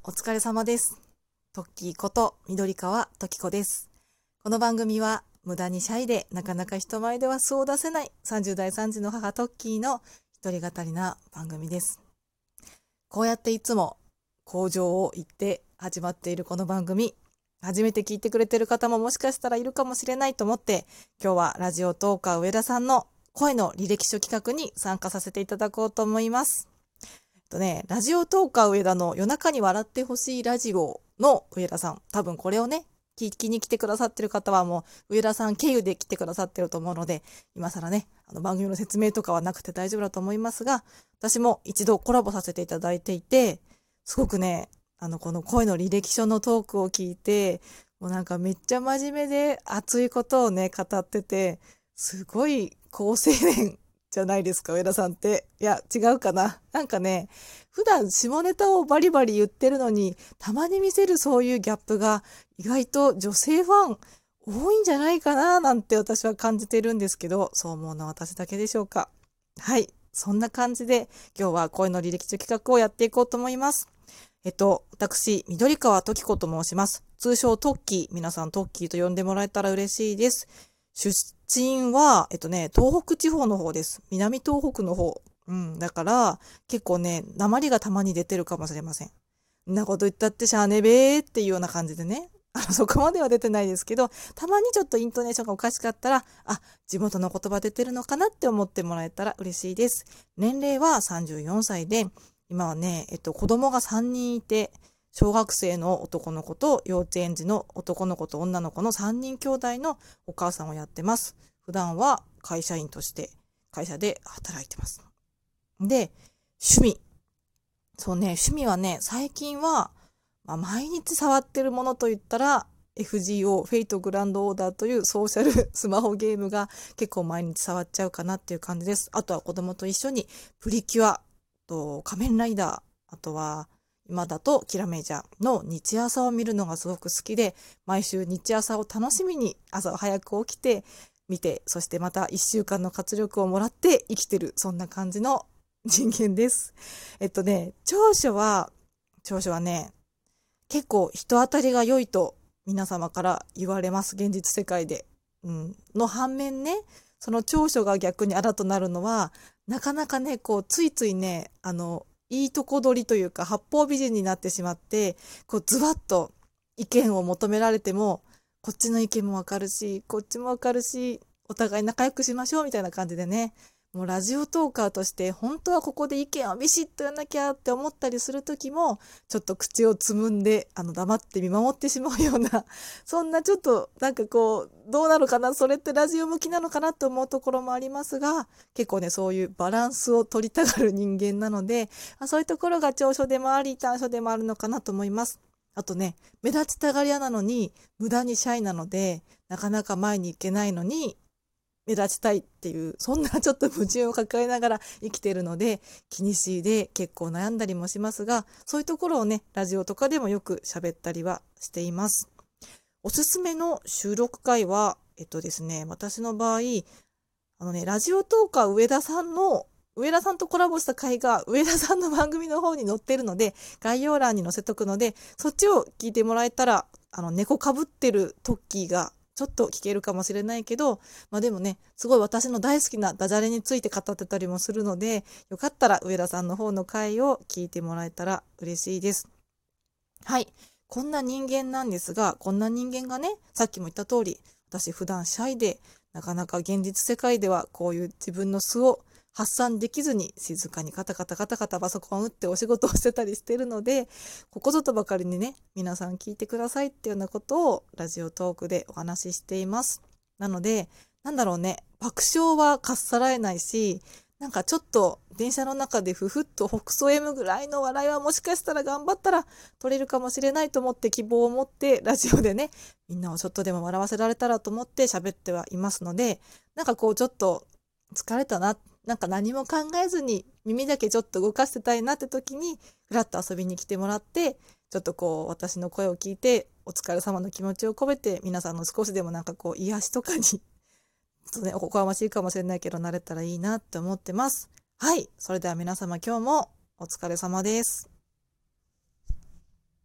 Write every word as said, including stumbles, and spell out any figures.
お疲れ様です。トッキーこと緑川トキコです。この番組は無駄にシャイでなかなか人前では素を出せないさんじゅう代さん児の母トッキーの一人語りな番組です。こうやっていつも口上を言って始まっているこの番組、初めて聞いてくれてる方ももしかしたらいるかもしれないと思って、今日はラジオトーカー上田さんの声の履歴書企画に参加させていただこうと思います。とね、ラジオトーカー上田の夜中に笑ってほしいラジオの上田さん、多分これをね、聞きに来てくださってる方はもう上田さん経由で来てくださってると思うので、今更ね、あの番組の説明とかはなくて大丈夫だと思いますが、私も一度コラボさせていただいていて、すごくね、あのこの声の履歴書のトークを聞いて、もうなんかめっちゃ真面目で熱いことをね、語ってて、すごい好青年じゃないですか、上田さんって。いや、違うかな。なんかね、普段下ネタをバリバリ言ってるのに、たまに見せるそういうギャップが意外と女性ファン多いんじゃないかななんて私は感じてるんですけど、そう思うのは私だけでしょうか。はい。そんな感じで今日は声の履歴書企画をやっていこうと思います。えっと、私、緑川トキコと申します。通称トッキー。皆さんトッキーと呼んでもらえたら嬉しいです。出身は、えっとね、東北地方の方です。南東北の方。うん。だから、結構ね、訛りがたまに出てるかもしれません。んなこと言ったってしゃあねべーっていうような感じでね。あの、そこまでは出てないですけど、たまにちょっとイントネーションがおかしかったら、あ、地元の言葉出てるのかなって思ってもらえたら嬉しいです。年齢はさんじゅうよんさいで、今はね、えっと、子供がさんにんいて、小学生の男の子と幼稚園児の男の子と女の子のさんにん兄弟のお母さんをやってます。普段は会社員として会社で働いてます。で、趣味。そうね、趣味はね、最近は、まあ、毎日触ってるものといったら、エフジーオー、フェイトグランドオーダーというソーシャルスマホゲームが結構毎日触っちゃうかなっていう感じです。あとは子供と一緒にプリキュアと仮面ライダー、あとは今だとキラメイジャーの日朝を見るのがすごく好きで、毎週日朝を楽しみに朝早く起きて見て、そしてまたいっしゅうかんの活力をもらって生きてる、そんな感じの人間です。えっとね、長所は、長所はね、結構人当たりが良いと皆様から言われます、現実世界で。うん。の反面ね、その長所が逆にあだとなるのは、なかなかね、こう、ついついね、あの、いいとこ取りというか、八方美人になってしまって、こう、ズバッと意見を求められても、こっちの意見もわかるし、こっちもわかるし、お互い仲良くしましょうみたいな感じでね、もうラジオトーカーとして本当はここで意見をビシッと言わなきゃって思ったりする時もちょっと口をつむんであの黙って見守ってしまうようなそんなちょっとなんかこうどうなのかな、それってラジオ向きなのかなと思うところもありますが、結構ねそういうバランスを取りたがる人間なので、そういうところが長所でもあり短所でもあるのかなと思います。あとね、目立ちたがり屋なのに無駄にシャイなのでなかなか前に行けないのに目立ちたいっていう、そんなちょっと矛盾を抱えながら生きているので、気にしいで結構悩んだりもしますが、そういうところをね、ラジオとかでもよく喋ったりはしています。おすすめの収録回は、えっとですね、私の場合、あのね、ラジオトーカー上田さんの、上田さんとコラボした回が上田さんの番組の方に載ってるので、概要欄に載せとくので、そっちを聞いてもらえたら、あの、猫かぶってるトッキーが、ちょっと聞けるかもしれないけど、まあでもね、すごい私の大好きなダジャレについて語ってたりもするので、よかったら上田さんの方の回を聞いてもらえたら嬉しいです。はい。こんな人間なんですが、こんな人間がね、さっきも言った通り、私普段シャイで、なかなか現実世界ではこういう自分の素を発散できずに静かにカタカタカタカタパソコン打ってお仕事をしてたりしてるので、ここぞとばかりにね、皆さん聞いてくださいっていうようなことをラジオトークでお話ししています。なので、なんだろうね、爆笑はかっさらえないし、なんかちょっと電車の中でふふっとほくそ笑むぐらいの笑いはもしかしたら頑張ったら取れるかもしれないと思って希望を持ってラジオでね、みんなをちょっとでも笑わせられたらと思って喋ってはいますので、なんかこうちょっと疲れたな、なんか何も考えずに耳だけちょっと動かしてたいなって時にふらっと遊びに来てもらって、ちょっとこう私の声を聞いてお疲れ様の気持ちを込めて皆さんの少しでもなんかこう癒しとかにちょっとね、おこがましいかもしれないけど慣れたらいいなって思ってます。はい。それでは皆様今日もお疲れ様です。